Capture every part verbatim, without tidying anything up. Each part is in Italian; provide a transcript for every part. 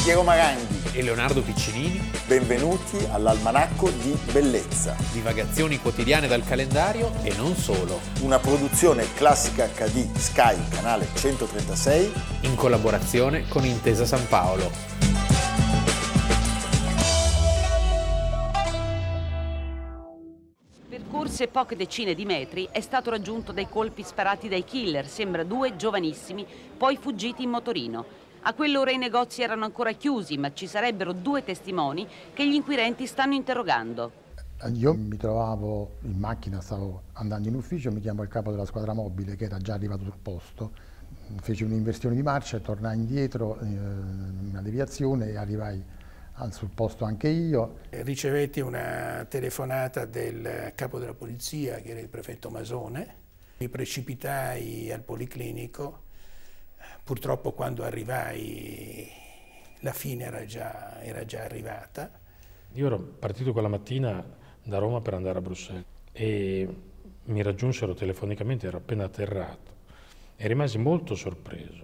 Piero Maranghi e Leonardo Piccinini. Benvenuti all'Almanacco di Bellezza. Divagazioni quotidiane dal calendario e non solo. Una produzione Classica acca di Sky, canale centotrentasei. In collaborazione con Intesa San Paolo. Percorse poche decine di metri, è stato raggiunto dai colpi sparati dai killer. Sembra due giovanissimi, poi fuggiti in motorino. A quell'ora i negozi erano ancora chiusi, ma ci sarebbero due testimoni che gli inquirenti stanno interrogando. Io mi trovavo in macchina, stavo andando in ufficio, mi chiamò il capo della squadra mobile che era già arrivato sul posto. Feci un'inversione di marcia, tornai indietro, eh, una deviazione, e arrivai sul posto anche io. Ricevetti una telefonata del capo della polizia, che era il prefetto Masone. Mi precipitai al policlinico. Purtroppo quando arrivai la fine era già, era già arrivata. Io ero partito quella mattina da Roma per andare a Bruxelles e mi raggiunsero telefonicamente, ero appena atterrato e rimasi molto sorpreso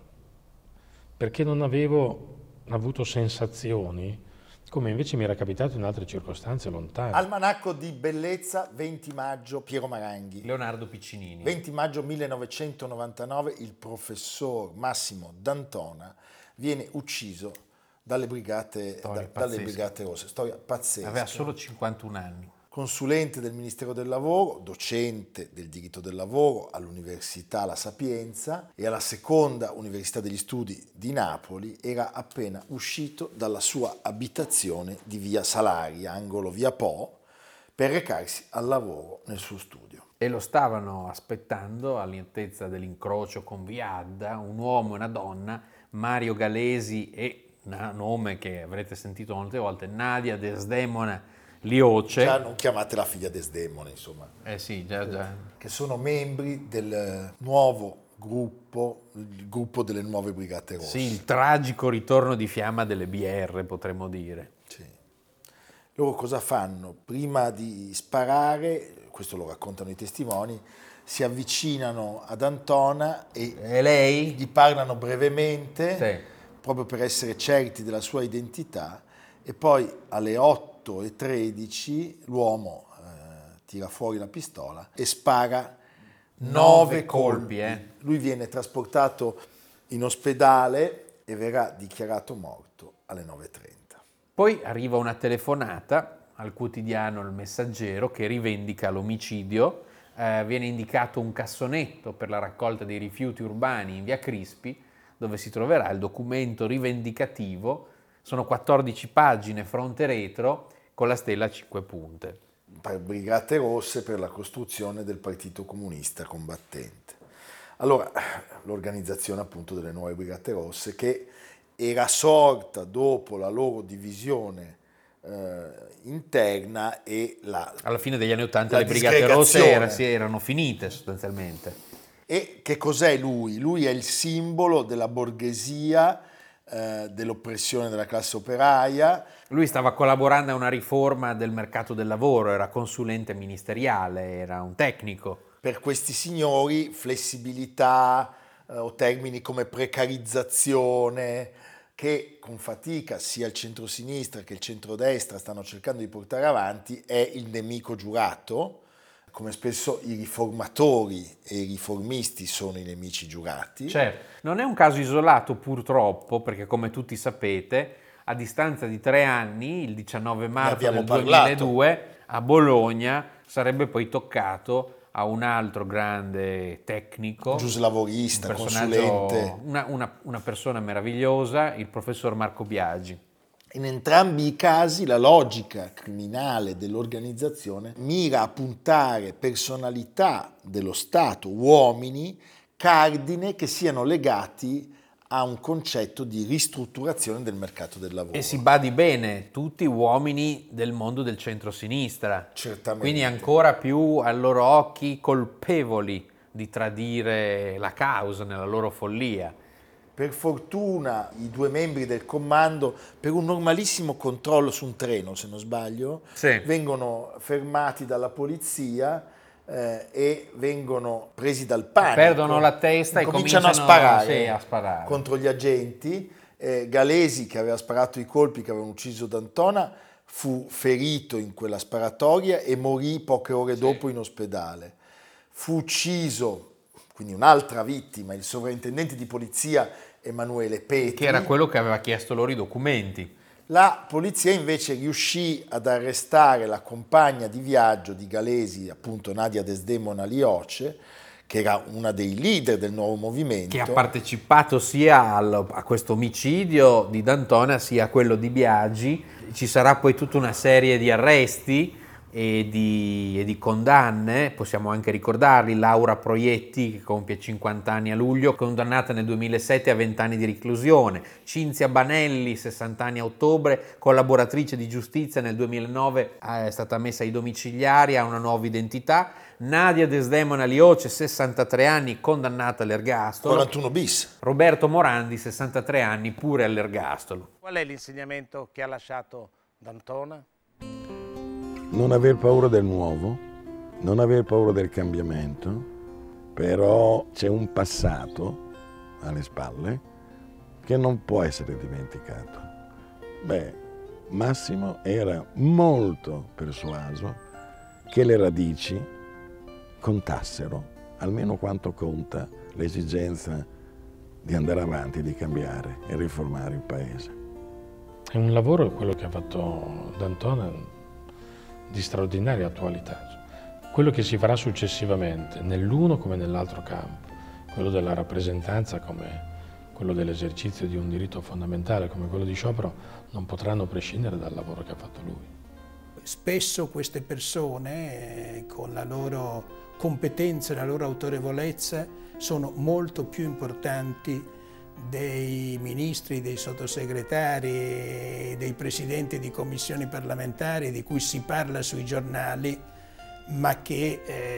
perché non avevo avuto sensazioni come invece mi era capitato in altre circostanze lontane. Almanacco di Bellezza, venti maggio, Piero Maranghi. Leonardo Piccinini. venti maggio millenovecentonovantanove, il professor Massimo D'Antona viene ucciso dalle brigate, da, dalle brigate rosse. Storia pazzesca. Aveva solo cinquantuno anni. Consulente del Ministero del Lavoro, docente del diritto del lavoro all'Università La Sapienza e alla Seconda Università degli Studi di Napoli, era appena uscito dalla sua abitazione di via Salaria, angolo via Po, per recarsi al lavoro nel suo studio. E lo stavano aspettando all'altezza dell'incrocio con via Adda un uomo e una donna, Mario Galesi e un nome che avrete sentito molte volte, Nadia Desdemona Lioce. Già non chiamate la figlia Desdemona, insomma. Eh sì, già, già. Che sono membri del nuovo gruppo, il gruppo delle nuove Brigate Rosse. Sì, il tragico ritorno di fiamma delle B R, potremmo dire. Sì. Loro cosa fanno? Prima di sparare, questo lo raccontano i testimoni, si avvicinano ad Antona e, e lei? gli parlano brevemente, sì. proprio per essere certi della sua identità, e poi alle otto e tredici l'uomo eh, tira fuori la pistola e spara nove colpi. colpi eh. Lui viene trasportato in ospedale e verrà dichiarato morto alle nove e trenta. Poi arriva una telefonata al quotidiano Il Messaggero che rivendica l'omicidio. Eh, viene indicato un cassonetto per la raccolta dei rifiuti urbani in via Crispi, dove si troverà il documento rivendicativo. Sono quattordici pagine fronte retro con la stella a cinque punte. Brigate Rosse per la costruzione del Partito Comunista Combattente. Allora, l'organizzazione appunto delle nuove Brigate Rosse, che era sorta dopo la loro divisione eh, interna e la alla fine degli anni Ottanta le Brigate Rosse era, sì, erano finite sostanzialmente. E che cos'è lui? Lui è il simbolo della borghesia, eh, dell'oppressione della classe operaia. Lui stava collaborando a una riforma del mercato del lavoro, era consulente ministeriale, era un tecnico. Per questi signori flessibilità eh, o termini come precarizzazione, che con fatica sia il centrosinistra che il centrodestra stanno cercando di portare avanti, è il nemico giurato, come spesso i riformatori e i riformisti sono i nemici giurati. Certo, non è un caso isolato purtroppo, perché come tutti sapete, a distanza di tre anni, il diciannove marzo del duemiladue, a Bologna sarebbe poi toccato a un altro grande tecnico, giuslavorista, un consulente, una, una, una persona meravigliosa, il professor Marco Biagi. In entrambi i casi la logica criminale dell'organizzazione mira a puntare personalità dello Stato, uomini, cardine che siano legati a un concetto di ristrutturazione del mercato del lavoro. E si badi bene, tutti uomini del mondo del centro-sinistra. Certamente. Quindi ancora più ai loro occhi colpevoli di tradire la causa nella loro follia. Per fortuna i due membri del comando, per un normalissimo controllo su un treno, se non sbaglio, sì. vengono fermati dalla polizia eh, e vengono presi dal panico. Perdono la testa e cominciano cominciano a sparare, sì, a sparare contro gli agenti. eh, Galesi, che aveva sparato i colpi che avevano ucciso D'Antona, fu ferito in quella sparatoria e morì poche ore dopo in ospedale. Fu ucciso, quindi un'altra vittima, il sovrintendente di polizia Emanuele Petri. Che era quello che aveva chiesto loro i documenti. La polizia invece riuscì ad arrestare la compagna di viaggio di Galesi, appunto Nadia Desdemona Lioce, che era una dei leader del nuovo movimento. Che ha partecipato sia al, a questo omicidio di D'Antona sia a quello di Biagi. Ci sarà poi tutta una serie di arresti e di, e di condanne, possiamo anche ricordarli. Laura Proietti, che compie cinquanta anni a luglio, condannata nel duemilasette a venti anni di reclusione. Cinzia Banelli, sessanta anni a ottobre, collaboratrice di giustizia, nel duemilanove è stata messa ai domiciliari, ha una nuova identità. Nadia Desdemona Lioce, sessantatré anni, condannata all'ergastolo. quarantuno bis. Roberto Morandi, sessantatré anni, pure all'ergastolo. Qual è l'insegnamento che ha lasciato D'Antona? Non aver paura del nuovo, non aver paura del cambiamento, però c'è un passato alle spalle che non può essere dimenticato. Beh, Massimo era molto persuaso che le radici contassero almeno quanto conta l'esigenza di andare avanti, di cambiare e riformare il paese. È un lavoro, quello che ha fatto D'Antona, di straordinaria attualità. Quello che si farà successivamente, nell'uno come nell'altro campo, quello della rappresentanza come quello dell'esercizio di un diritto fondamentale come quello di sciopero, non potranno prescindere dal lavoro che ha fatto lui. Spesso queste persone, eh, con la loro competenza e la loro autorevolezza, sono molto più importanti dei ministri, dei sottosegretari, dei presidenti di commissioni parlamentari di cui si parla sui giornali, ma che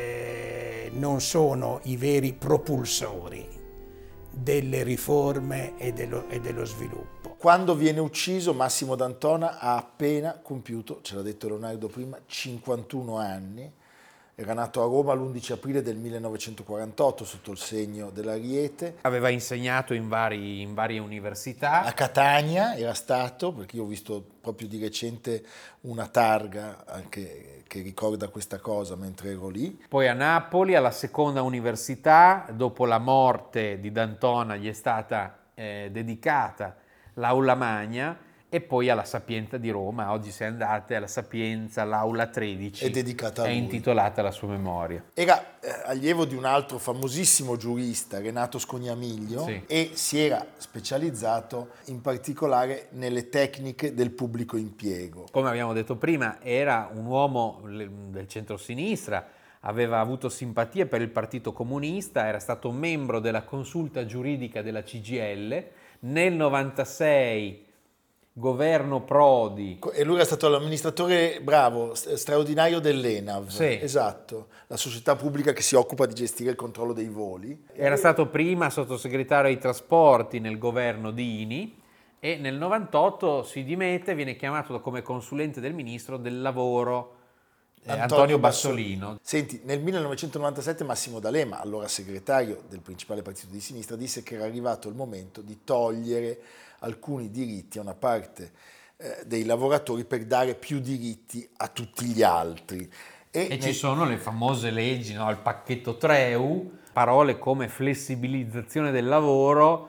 eh, non sono i veri propulsori delle riforme e dello, e dello sviluppo. Quando viene ucciso, Massimo D'Antona ha appena compiuto, ce l'ha detto Leonardo prima, cinquantuno anni. Era nato a Roma l'undici aprile del millenovecentoquarantotto sotto il segno dell'Ariete. Aveva insegnato in, vari, in varie università. A Catania era stato, perché io ho visto proprio di recente una targa anche che ricorda questa cosa mentre ero lì. Poi a Napoli, alla seconda università, dopo la morte di D'Antona gli è stata eh, dedicata l'Aula Magna, e poi alla Sapienza di Roma. Oggi se andate alla Sapienza, l'Aula tredici è dedicata a è lui. Intitolata alla sua memoria. Era eh, allievo di un altro famosissimo giurista, Renato Scognamiglio, sì. E si era specializzato in particolare nelle tecniche del pubblico impiego. Come abbiamo detto prima, era un uomo del centro-sinistra, aveva avuto simpatie per il Partito Comunista, era stato membro della consulta giuridica della C G I L. Nel novantasei governo Prodi. E lui era stato l'amministratore bravo, straordinario dell'ENAV, sì. Esatto, la società pubblica che si occupa di gestire il controllo dei voli. Era stato prima sottosegretario ai trasporti nel governo Dini e nel novantotto si dimette, viene chiamato come consulente del ministro del lavoro eh, Antonio, Antonio Bassolino. Bassolino. Senti, nel millenovecentonovantasette Massimo D'Alema, allora segretario del principale partito di sinistra, disse che era arrivato il momento di togliere alcuni diritti a una parte eh, dei lavoratori per dare più diritti a tutti gli altri. E, e nel... ci sono le famose leggi, no? Il pacchetto Treu, parole come flessibilizzazione del lavoro,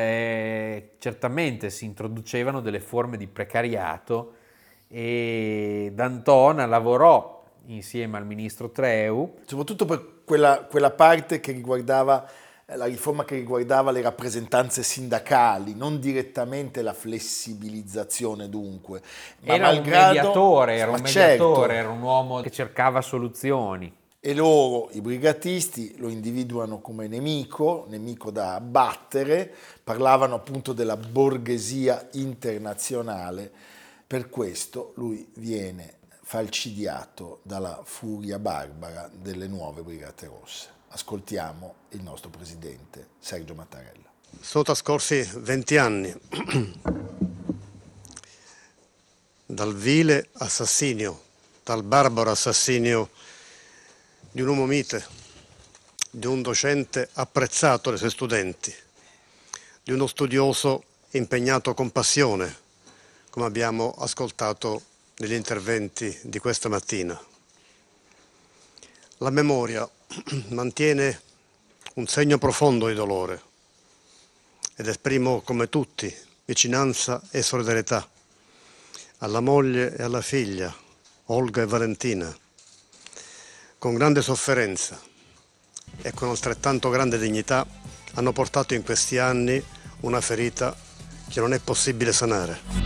eh, certamente si introducevano delle forme di precariato e D'Antona lavorò insieme al ministro Treu. Soprattutto per quella, quella parte che riguardava la riforma che riguardava le rappresentanze sindacali, non direttamente la flessibilizzazione dunque. Ma era malgrado, un mediatore, era un mediatore, certo, era un uomo che cercava soluzioni. E loro, i brigatisti, lo individuano come nemico, nemico da abbattere, parlavano appunto della borghesia internazionale. Per questo lui viene falcidiato dalla furia barbara delle nuove Brigate Rosse. Ascoltiamo il nostro presidente Sergio Mattarella. Sono trascorsi venti anni dal vile assassinio, dal barbaro assassinio di un uomo mite, di un docente apprezzato dai suoi studenti, di uno studioso impegnato con passione, come abbiamo ascoltato negli interventi di questa mattina. La memoria mantiene un segno profondo di dolore ed esprimo, come tutti, vicinanza e solidarietà alla moglie e alla figlia, Olga e Valentina, con grande sofferenza e con altrettanto grande dignità hanno portato in questi anni una ferita che non è possibile sanare.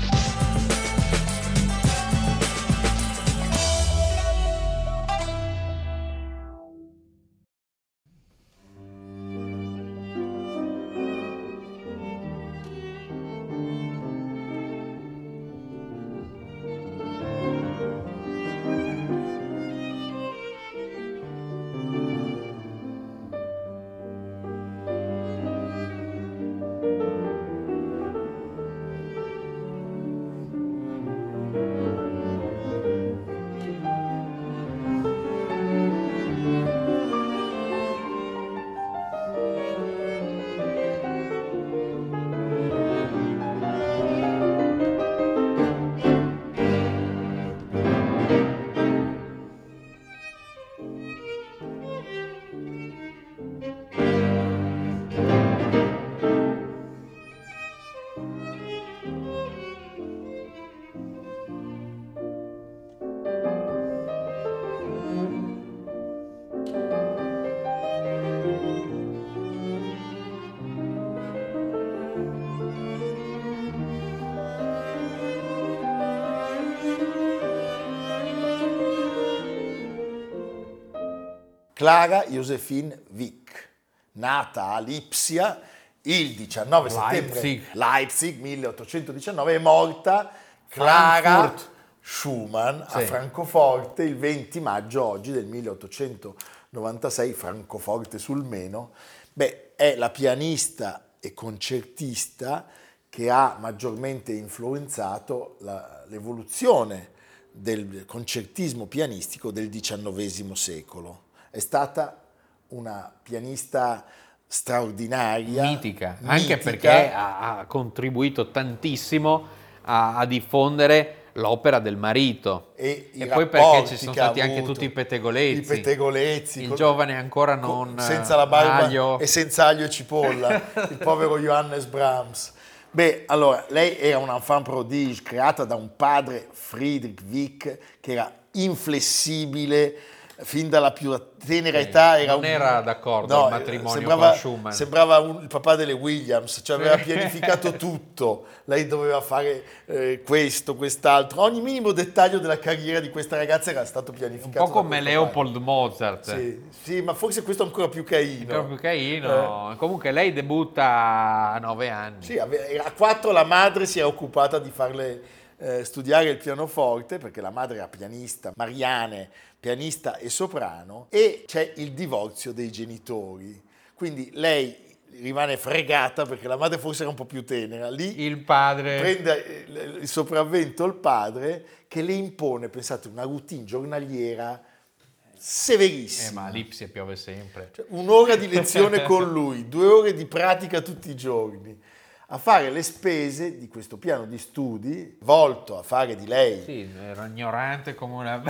Clara Josephine Wieck, nata a Lipsia il diciannove settembre Leipzig. Leipzig milleottocentodiciannove, è morta Clara Frankfurt. Schumann a Sì. Francoforte il venti maggio oggi del milleottocentonovantasei, Francoforte sul Meno. Beh, è la pianista e concertista che ha maggiormente influenzato la, l'evoluzione del concertismo pianistico del diciannovesimo secolo. È stata una pianista straordinaria, Mitica, mitica. Anche perché ha, ha contribuito tantissimo a, a diffondere l'opera del marito. E, E i poi perché rapporti ci sono che ha stati anche avuto, tutti i pettegolezzi. i pettegolezzi Il col- giovane ancora con- non senza la barba aglio. e senza aglio e cipolla, il povero Johannes Brahms. Beh, allora, lei era un enfant prodige creata da un padre, Friedrich Wieck, che era inflessibile fin dalla più tenera Sì, età. Era non un- era d'accordo no, al matrimonio sembrava, con Schumann. sembrava un- il papà delle Williams, cioè aveva pianificato tutto. Lei doveva fare eh, questo, quest'altro. Ogni minimo dettaglio della carriera di questa ragazza era stato Un pianificato. po' da come questo Leopold Mozart. padre. Sì, sì, ma forse questo è ancora più caino. Ancora più caino. Comunque lei debutta a nove anni. Sì, ave- a quattro la madre si era occupata di farle eh, studiare il pianoforte, perché la madre era pianista, Mariane, pianista e soprano, e c'è il divorzio dei genitori. Quindi lei rimane fregata perché la madre forse era un po' più tenera. Lì Il padre... prende il il sopravvento il padre, che le impone, pensate, una routine giornaliera severissima. Eh, ma a Lipsia piove sempre. Cioè, un'ora di lezione con lui, due ore di pratica tutti i giorni, a fare le spese di questo piano di studi volto a fare di lei. Sì, era ignorante come una...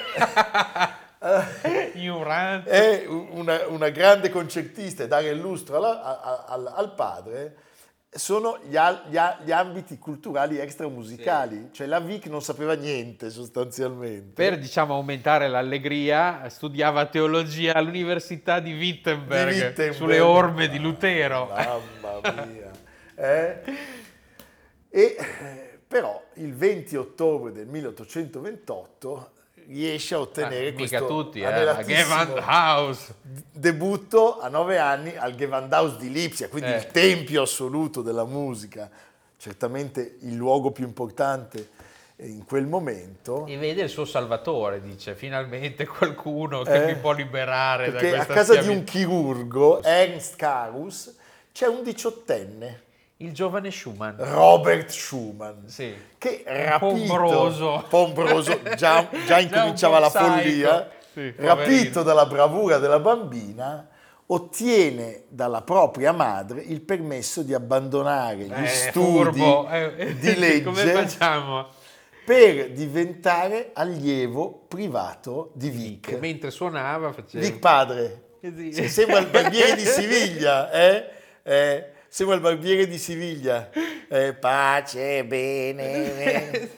ignorante. È una, una grande concertista e dare il lustro alla- a- al, al padre sono gli, al- gli a- gli ambiti culturali extramusicali. Cioè la Wieck non sapeva niente sostanzialmente. Per, diciamo, aumentare l'allegria, studiava teologia all'Università di Wittenberg, Di Wittenberg. sulle orme di Lutero. Mamma mia. Eh? E eh, però il venti ottobre del milleottocentoventotto riesce a ottenere Ah, mica questo tutti, eh, a annelatissimo Gewandhaus. debutto a nove anni al Gewandhaus di Lipsia, quindi Eh. il tempio assoluto della musica, certamente il luogo più importante in quel momento. E vede il suo salvatore, dice, finalmente qualcuno che Eh, mi può liberare da Perché a questa casa di schiavitù. un chirurgo, Ernst Karus, c'è un diciottenne, Il giovane Schumann. Robert Schumann, Sì. che Un rapito, pombroso. pombroso, già, già incominciava un la po' psycho. follia, Sì, rapito poverino. dalla bravura della bambina, ottiene dalla propria madre il permesso di abbandonare gli Eh, studi furbo. Eh, di legge come facciamo? per diventare allievo privato di Vic. Mentre suonava faceva... Vic padre. Sì. Cioè, sembra il barbiere di Siviglia, eh? Eh, sembra il barbiere di Siviglia. Eh, pace, bene, bene.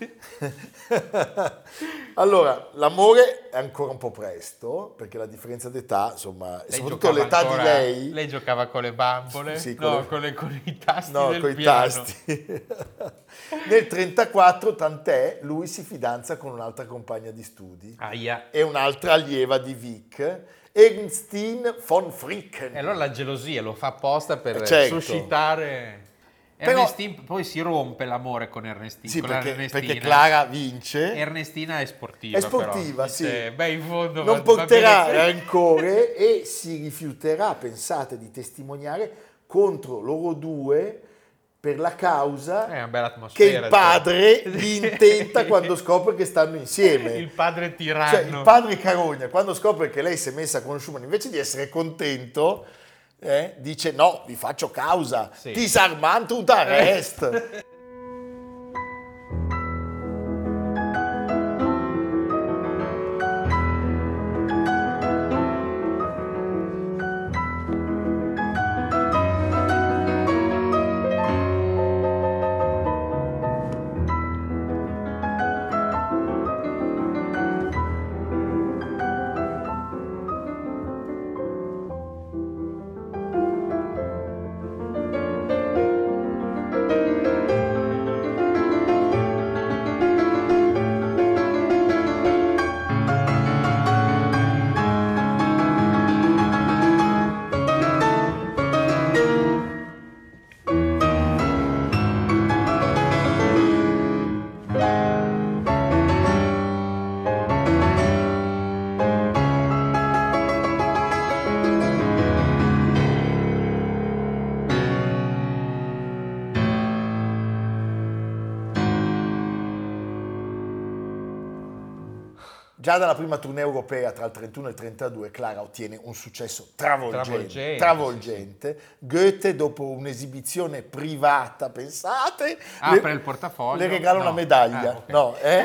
Allora, l'amore è ancora un po' presto, perché la differenza d'età, insomma, Lei soprattutto giocava l'età ancora- di lei... Lei giocava con le bambole? Sì, no, con le- con, le- con i tasti No, del coi piano. tasti. Nel trentaquattro, tant'è, lui si fidanza con un'altra compagna di studi Aia. e un'altra allieva di Vic, Ernstine von Fricken. E allora la gelosia lo fa apposta per Eh, certo. suscitare... Però- Ernestine, poi si rompe l'amore con Ernestine. Sì, con perché, Ernestina. perché Clara vince. Ernestina è sportiva. È sportiva, però. sì. Dice, beh, in fondo Non va- porterà va bene. rancore e si rifiuterà, pensate, di testimoniare contro loro due per la causa È una bella che atmosfera. il padre cioè. gli intenta quando scopre che stanno insieme. Il padre tiranno. Cioè, il padre Carogna, quando scopre che lei si è messa con Schumann, invece di essere contento, eh, dice no, vi faccio causa, Sì. disarmante un arrest. Già dalla prima tournée europea tra il trentuno e il trentadue Clara ottiene un successo travolgente. Travolgente, travolgente. Goethe, dopo un'esibizione privata, pensate, Apre le, il portafoglio. le regala No. una medaglia. Ah, ok. No, eh?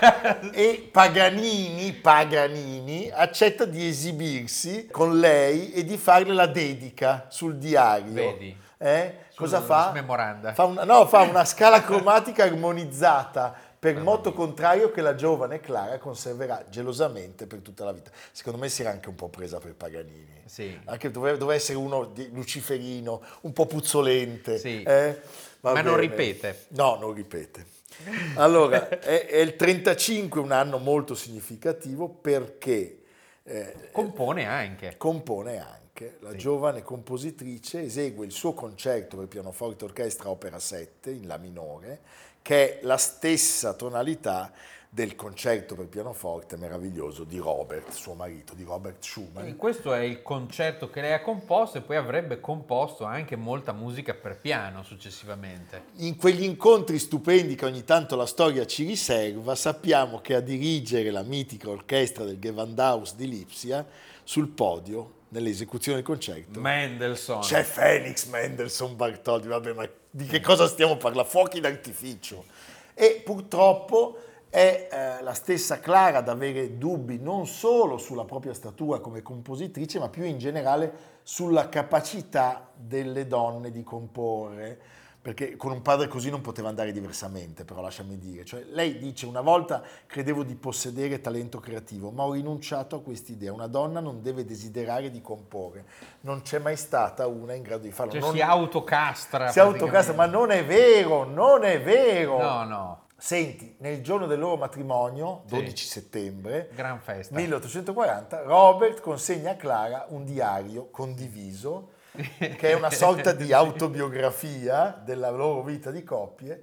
E Paganini, Paganini accetta di esibirsi con lei e di farle la dedica sul diario. Vedi? Eh? Cosa Sul fa? memoranda. Fa una, no, fa una scala cromatica armonizzata per moto contrario che la giovane Clara conserverà gelosamente per tutta la vita. Secondo me si era anche un po' presa per Paganini. Sì. Anche doveva, doveva essere uno di luciferino, un po' puzzolente. Sì. eh? Va Ma non bene. ripete. No, non ripete. Allora, è, è il trentacinque un anno molto significativo perché eh, Compone anche. compone anche. La giovane compositrice esegue il suo concerto per pianoforte orchestra opera sette in La minore, che è la stessa tonalità del concerto per pianoforte meraviglioso di Robert, suo marito, di Robert Schumann. E questo è il concerto che lei ha composto e poi avrebbe composto anche molta musica per piano successivamente. In quegli incontri stupendi che ogni tanto la storia ci riserva, sappiamo che a dirigere la mitica orchestra del Gewandhaus di Lipsia sul podio, nell'esecuzione del concerto, Mendelssohn. c'è Felix Mendelssohn Bartholdy. Vabbè, ma di che cosa stiamo parlando? Fuochi d'artificio. E purtroppo è eh, la stessa Clara ad avere dubbi non solo sulla propria statura come compositrice, ma più in generale sulla capacità delle donne di comporre, perché con un padre così non poteva andare diversamente, però lasciami dire. Cioè, lei dice: una volta credevo di possedere talento creativo, ma ho rinunciato a quest'idea. Una donna non deve desiderare di comporre. Non c'è mai stata una in grado di farlo. Cioè non, si autocastra. si autocastra, ma non è vero, non è vero. No, no. Senti, nel giorno del loro matrimonio, Sì. dodici settembre Gran festa. milleottocentoquaranta, Robert consegna a Clara un diario condiviso che è una sorta di autobiografia della loro vita di coppie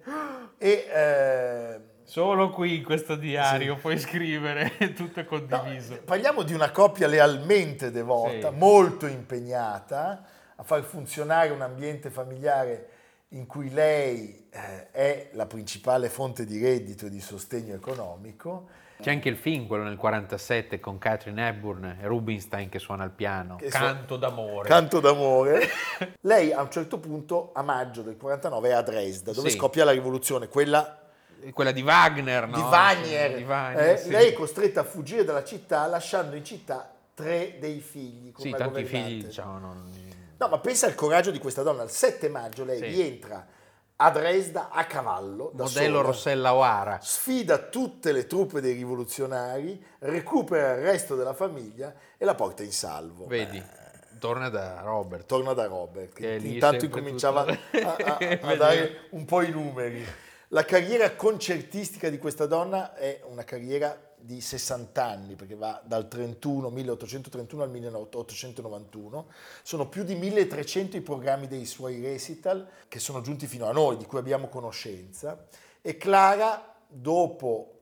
e eh, Solo qui in questo diario puoi scrivere, tutto è condiviso. no, parliamo di una coppia lealmente devota, Sì. molto impegnata a far funzionare un ambiente familiare in cui lei eh, è la principale fonte di reddito e di sostegno economico C'è anche il film, quello nel quarantasette, con Katharine Hepburn e Rubinstein che suona il piano. Che Canto d'amore. Canto d'amore. Lei a un certo punto, a maggio del quarantanove, è a Dresda, dove Sì. scoppia la rivoluzione, quella Quella di Wagner, no? di Wagner. Sì, di Wagner, Eh, sì. Lei è costretta a fuggire dalla città, lasciando in città tre dei figli. Con Sì, una tanti governante. figli, diciamo, non... No, ma pensa al coraggio di questa donna. Il sette maggio lei Sì. rientra a Dresda a cavallo, da Modello sola, Rossella O'Hara. sfida tutte le truppe dei rivoluzionari, recupera il resto della famiglia e la porta in salvo. Vedi, Beh, torna da Robert. torna da Robert, che, Che lì intanto sempre incominciava tutto- a, a- a dare un po' i numeri. La carriera concertistica di questa donna è una carriera di sessanta anni, perché va dal trentuno, milleottocentotrentuno al milleottocentonovantuno. Sono più di milletrecento i programmi dei suoi recital che sono giunti fino a noi, di cui abbiamo conoscenza. E Clara, dopo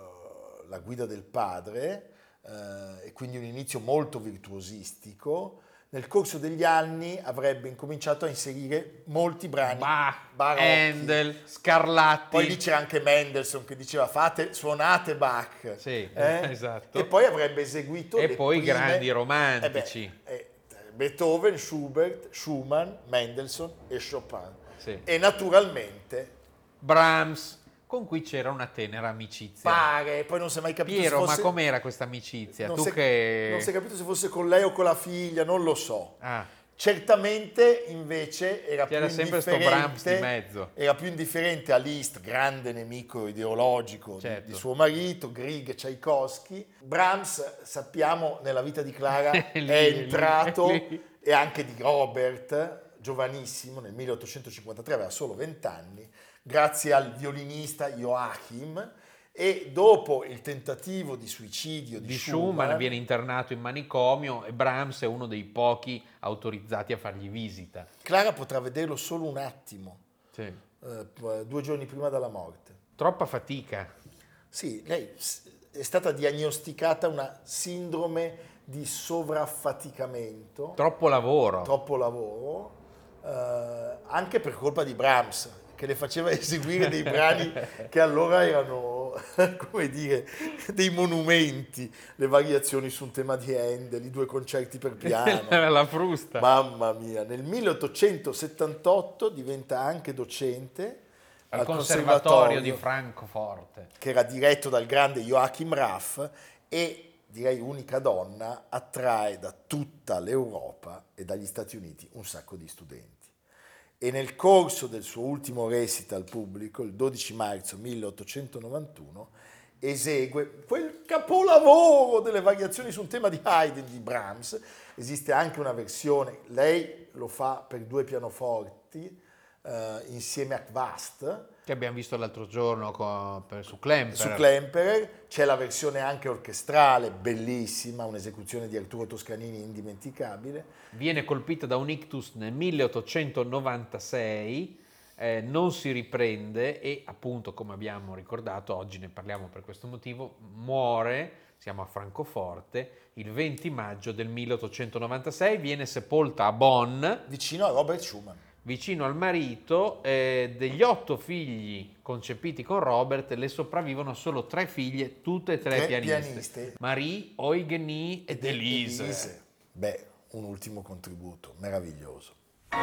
eh, la guida del padre, eh, e quindi un inizio molto virtuosistico, nel corso degli anni avrebbe incominciato a inserire molti brani Bach, barocchi. Handel, Scarlatti. Poi lì c'era anche Mendelssohn che diceva fate, suonate Bach. Sì, Eh? esatto. E poi avrebbe eseguito E le poi i prime- grandi eh romantici. beh, eh, Beethoven, Schubert, Schumann, Mendelssohn e Chopin. Sì. E naturalmente Brahms, con cui c'era una tenera amicizia. pare, poi non si è mai capito Piero, se fosse, ma com'era questa amicizia? non Tu si è- che... non si è capito se fosse con lei o con la figlia, non lo so. Ah, Certamente invece era più c'era sempre sto indifferente, Brahms di mezzo. era più indifferente a Liszt, grande nemico ideologico di- Certo. di, suo marito, Grieg, Tchaikovsky. Brahms, sappiamo, nella vita di Clara Lì, è lì, entrato, lì. e anche di Robert, giovanissimo, nel milleottocentocinquantatré, aveva solo venti anni, grazie al violinista Joachim. E dopo il tentativo di suicidio di, Di Schumann viene internato in manicomio e Brahms è uno dei pochi autorizzati a fargli visita. Clara potrà vederlo solo un attimo, Sì. eh, due giorni prima della morte. Troppa fatica. Sì, lei s- è stata diagnosticata una sindrome di sovraffaticamento, Troppo lavoro. troppo lavoro, eh, anche per colpa di Brahms, che le faceva eseguire dei brani che allora erano, come dire, dei monumenti, le variazioni su un tema di Handel, i due concerti per piano. La frusta. Mamma mia, nel milleottocentosettantotto diventa anche docente Al al conservatorio di conservatorio, Francoforte. che era diretto dal grande Joachim Raff, e direi unica donna, attrae da tutta l'Europa e dagli Stati Uniti un sacco di studenti. E nel corso del suo ultimo recital pubblico, il dodici marzo milleottocentonovantuno, esegue quel capolavoro delle variazioni su un tema di Haydn di Brahms. Esiste anche una versione, lei lo fa per due pianoforti, eh, insieme a Kvast, Che abbiamo visto l'altro giorno con- per- su Klemperer. su Klemperer. C'è la versione anche orchestrale, bellissima, un'esecuzione di Arturo Toscanini indimenticabile. Viene colpita da un ictus nel milleottocentonovantasei, eh, non si riprende e appunto, come abbiamo ricordato, oggi ne parliamo per questo motivo, muore, siamo a Francoforte, il venti maggio del milleottocentonovantasei, viene sepolta a Bonn, Vicino a Robert Schumann. vicino al marito. Eh, degli otto figli concepiti con Robert, le sopravvivono solo tre figlie, tutte e tre Tre pianiste. pianiste. Marie, Eugenie ed Elise. Elise. Beh, un ultimo contributo meraviglioso.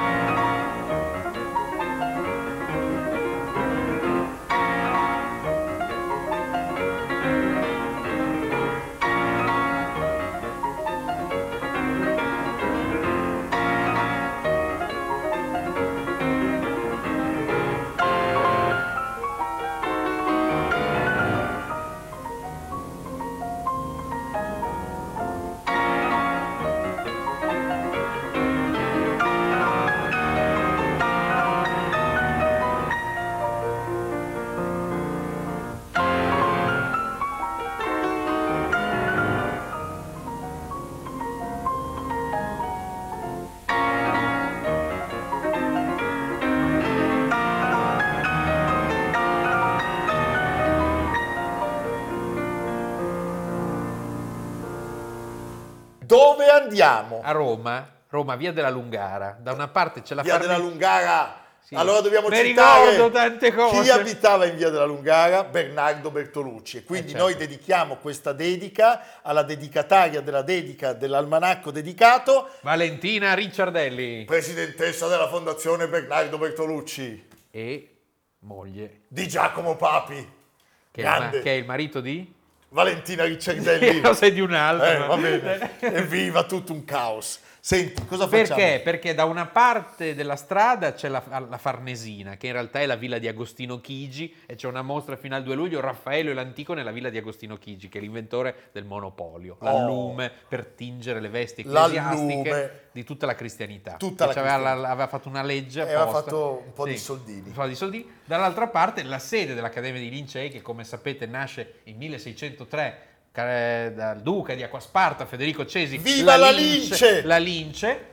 Dove andiamo? A Roma, Roma, via della Lungara. Da una parte c'è la Via della Farne- Lungara, Sì. Allora dobbiamo Mi citare ricordo tante cose. chi abitava in via della Lungara, Bernardo Bertolucci, e quindi Eh, certo. noi dedichiamo questa dedica alla dedicataria della dedica dell'almanacco dedicato, Valentina Ricciardelli presidentessa della Fondazione Bernardo Bertolucci, e moglie, di Giacomo Papi, che è, il, ma- grande, che è il marito di? Valentina Ricciardelli. No, sei di un altro. Eh, va bene, evviva, tutto un caos. Senti, cosa facciamo? Perché? Perché da una parte della strada c'è la, la Farnesina, che in realtà è la villa di Agostino Chigi, e c'è una mostra fino al due luglio, Raffaello e l'Antico nella villa di Agostino Chigi, che è l'inventore del monopolio, l'allume per tingere le vesti ecclesiastiche L'allume. di tutta la cristianità. Tutta la Che aveva, cristianità. aveva fatto una legge E aveva apposta. fatto un po' di Sì, soldini. un po' di soldini. Dall'altra parte la sede dell'Accademia di Lincei, che come sapete nasce nel milleseicentotre dal duca di Acquasparta Federico Cesi. Viva la Lince! La Lince.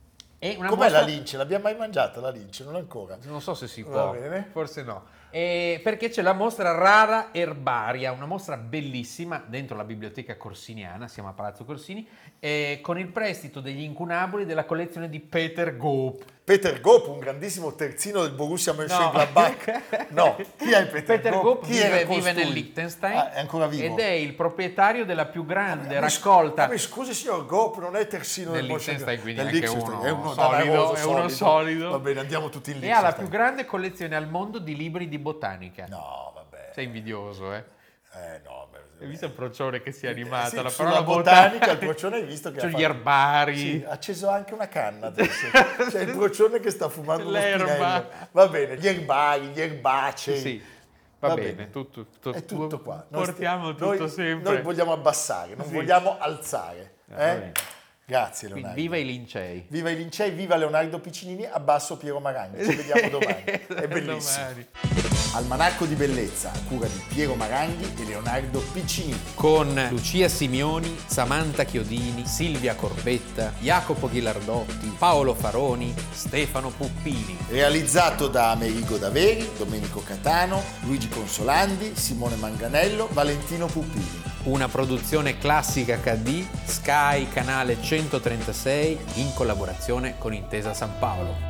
E una Com'è mostra- la lince? L'abbiamo mai mangiata la lince? Non ancora. Non so se si Va può, bene. forse no. E perché c'è la mostra Rara Erbaria, una mostra bellissima dentro la biblioteca corsiniana, siamo a Palazzo Corsini, e con il prestito degli incunaboli della collezione di Peter Goop. Peter Goop, un grandissimo terzino del Borussia Mönchengladbach. No, chi è Peter, Peter Goop? Goop Chi vive, era vive costui? nel Liechtenstein Ah, è ancora vivo. ed è il proprietario della più grande Ah, mi- raccolta ah, mi scusi signor Goop, non è terzino del del Liechtenstein, quindi del anche Liechtenstein, uno, è uno solido, danaroso, è uno solido. Va bene, andiamo tutti in e ha Liechtenstein. la più grande collezione al mondo di libri di botanica. No, vabbè. Sei invidioso, eh? Eh, no, beh, Hai visto il procione che si è animata? sì, la sulla parola botanica, il procione hai visto che C'è ha gli fatto- erbari. Sì, ha acceso anche una canna adesso. C'è il procione che sta fumando uno L'erba. spinello. Va bene, gli erbari, gli erbacei. Sì, va, Va bene, bene. tutto, tutto, È tutto qua. Noi Portiamo sti- tutto noi, sempre. Noi vogliamo abbassare, non Sì. vogliamo alzare. va Eh? bene. Grazie Quindi Leonardo. viva i Lincei. Viva i Lincei, viva Leonardo Piccinini, abbasso Piero Maranghi. Ci vediamo domani. È bellissimo. Domani. Almanacco di bellezza a cura di Piero Maranghi e Leonardo Piccinini. Con Lucia Simioni, Samantha Chiodini, Silvia Corbetta, Jacopo Ghilardotti, Paolo Faroni, Stefano Puppini. Realizzato da Amerigo Daveri, Domenico Catano, Luigi Consolandi, Simone Manganello, Valentino Puppini. Una produzione classica acca di Sky, canale centotrentasei, in collaborazione con Intesa San Paolo.